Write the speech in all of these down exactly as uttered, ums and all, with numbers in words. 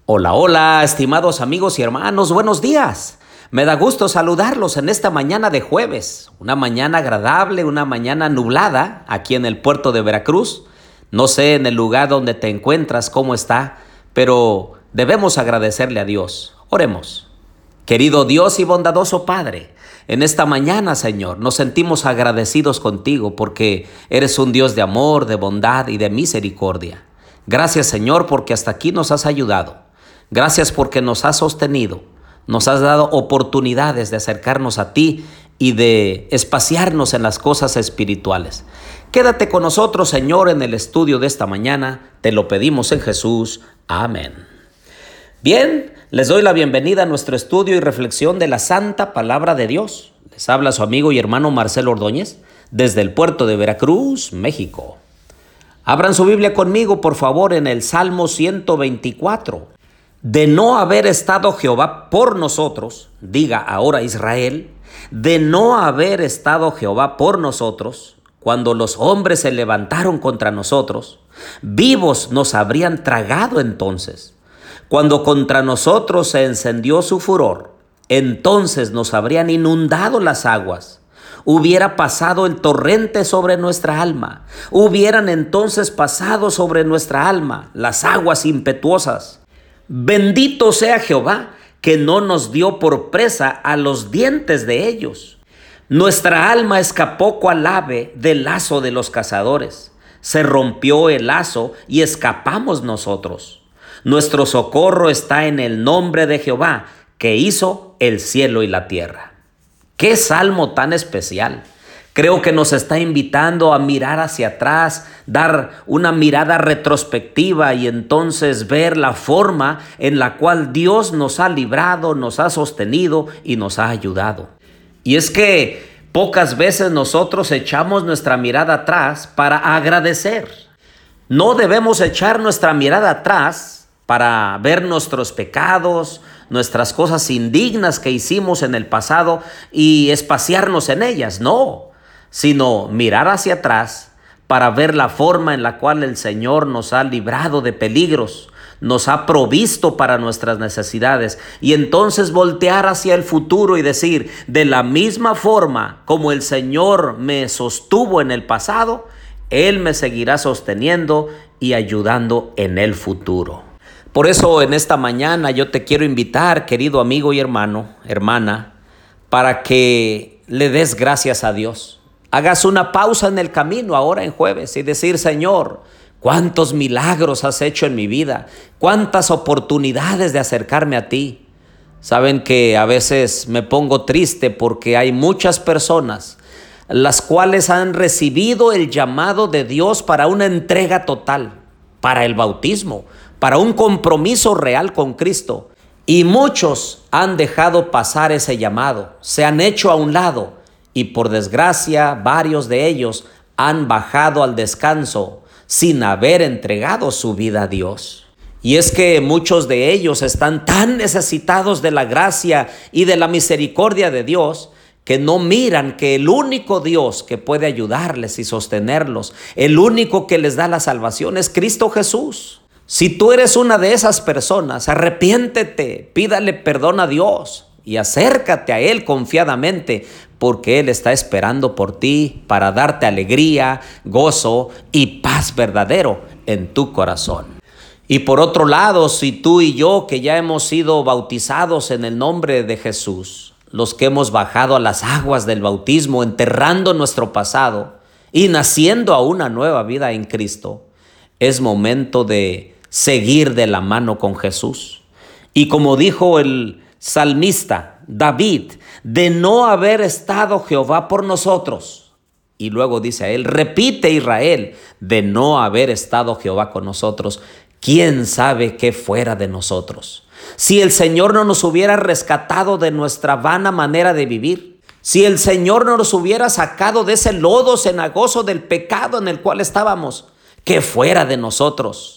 Hola, hola, estimados amigos y hermanos, buenos días. Me da gusto saludarlos en esta mañana de jueves, una mañana agradable, una mañana nublada aquí en el puerto de Veracruz. No sé en el lugar donde te encuentras cómo está, pero debemos agradecerle a Dios. Oremos. Querido Dios y bondadoso Padre, en esta mañana, Señor, nos sentimos agradecidos contigo porque eres un Dios de amor, de bondad y de misericordia. Gracias, Señor, porque hasta aquí nos has ayudado. Gracias porque nos has sostenido, nos has dado oportunidades de acercarnos a ti y de espaciarnos en las cosas espirituales. Quédate con nosotros, Señor, en el estudio de esta mañana. Te lo pedimos en Jesús. Amén. Bien, les doy la bienvenida a nuestro estudio y reflexión de la Santa Palabra de Dios. Les habla su amigo y hermano Marcelo Ordóñez desde el puerto de Veracruz, México. Abran su Biblia conmigo, por favor, en el Salmo ciento veinticuatro. De no haber estado Jehová por nosotros, diga ahora Israel, de no haber estado Jehová por nosotros, cuando los hombres se levantaron contra nosotros, vivos nos habrían tragado entonces. Cuando contra nosotros se encendió su furor, entonces nos habrían inundado las aguas. Hubiera pasado el torrente sobre nuestra alma. Hubieran entonces pasado sobre nuestra alma las aguas impetuosas. Bendito sea Jehová, que no nos dio por presa a los dientes de ellos. Nuestra alma escapó cual ave del lazo de los cazadores. Se rompió el lazo y escapamos nosotros. Nuestro socorro está en el nombre de Jehová, que hizo el cielo y la tierra. ¡Qué salmo tan especial! Creo que nos está invitando a mirar hacia atrás, dar una mirada retrospectiva y entonces ver la forma en la cual Dios nos ha librado, nos ha sostenido y nos ha ayudado. Y es que pocas veces nosotros echamos nuestra mirada atrás para agradecer. No debemos echar nuestra mirada atrás para ver nuestros pecados, nuestras cosas indignas que hicimos en el pasado y espaciarnos en ellas, no, sino mirar hacia atrás para ver la forma en la cual el Señor nos ha librado de peligros, nos ha provisto para nuestras necesidades y entonces voltear hacia el futuro y decir, de la misma forma como el Señor me sostuvo en el pasado, Él me seguirá sosteniendo y ayudando en el futuro. Por eso en esta mañana yo te quiero invitar, querido amigo y hermano, hermana, para que le des gracias a Dios. Hagas una pausa en el camino ahora en jueves y decir, Señor, cuántos milagros has hecho en mi vida, cuántas oportunidades de acercarme a ti. Saben que a veces me pongo triste porque hay muchas personas las cuales han recibido el llamado de Dios para una entrega total, para el bautismo, para un compromiso real con Cristo. Y muchos han dejado pasar ese llamado, se han hecho a un lado y por desgracia varios de ellos han bajado al descanso sin haber entregado su vida a Dios. Y es que muchos de ellos están tan necesitados de la gracia y de la misericordia de Dios que no miran que el único Dios que puede ayudarles y sostenerlos, el único que les da la salvación es Cristo Jesús. Si tú eres una de esas personas, arrepiéntete, pídale perdón a Dios y acércate a Él confiadamente, porque Él está esperando por ti para darte alegría, gozo y paz verdadero en tu corazón. Y por otro lado, si tú y yo que ya hemos sido bautizados en el nombre de Jesús, los que hemos bajado a las aguas del bautismo, enterrando nuestro pasado y naciendo a una nueva vida en Cristo, es momento de seguir de la mano con Jesús. Y como dijo el salmista David, de no haber estado Jehová por nosotros. Y luego dice a él, repite Israel, de no haber estado Jehová con nosotros, ¿quién sabe qué fuera de nosotros? Si el Señor no nos hubiera rescatado de nuestra vana manera de vivir, si el Señor no nos hubiera sacado de ese lodo cenagoso del pecado en el cual estábamos, ¿qué fuera de nosotros?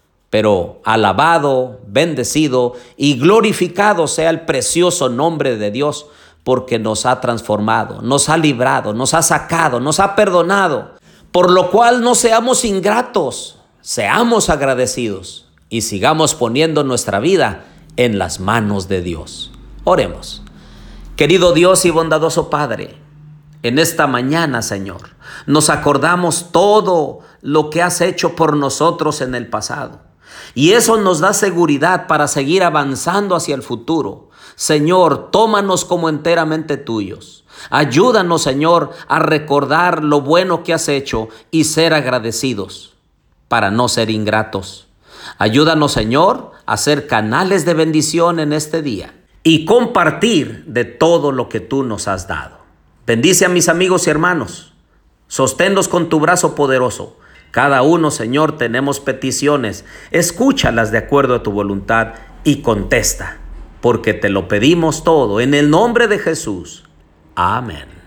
Pero alabado, bendecido y glorificado sea el precioso nombre de Dios, porque nos ha transformado, nos ha librado, nos ha sacado, nos ha perdonado, por lo cual no seamos ingratos, seamos agradecidos. y sigamos poniendo nuestra vida en las manos de Dios. Oremos. Querido Dios y bondadoso Padre, en esta mañana, Señor, nos acordamos todo lo que has hecho por nosotros en el pasado. Y eso nos da seguridad para seguir avanzando hacia el futuro. Señor, tómanos como enteramente tuyos. Ayúdanos, Señor, a recordar lo bueno que has hecho y ser agradecidos para no ser ingratos. Ayúdanos, Señor, a ser canales de bendición en este día y compartir de todo lo que tú nos has dado. Bendice a mis amigos y hermanos. Sosténlos con tu brazo poderoso. Cada uno, Señor, tenemos peticiones. Escúchalas de acuerdo a tu voluntad y contesta, porque te lo pedimos todo en el nombre de Jesús. Amén.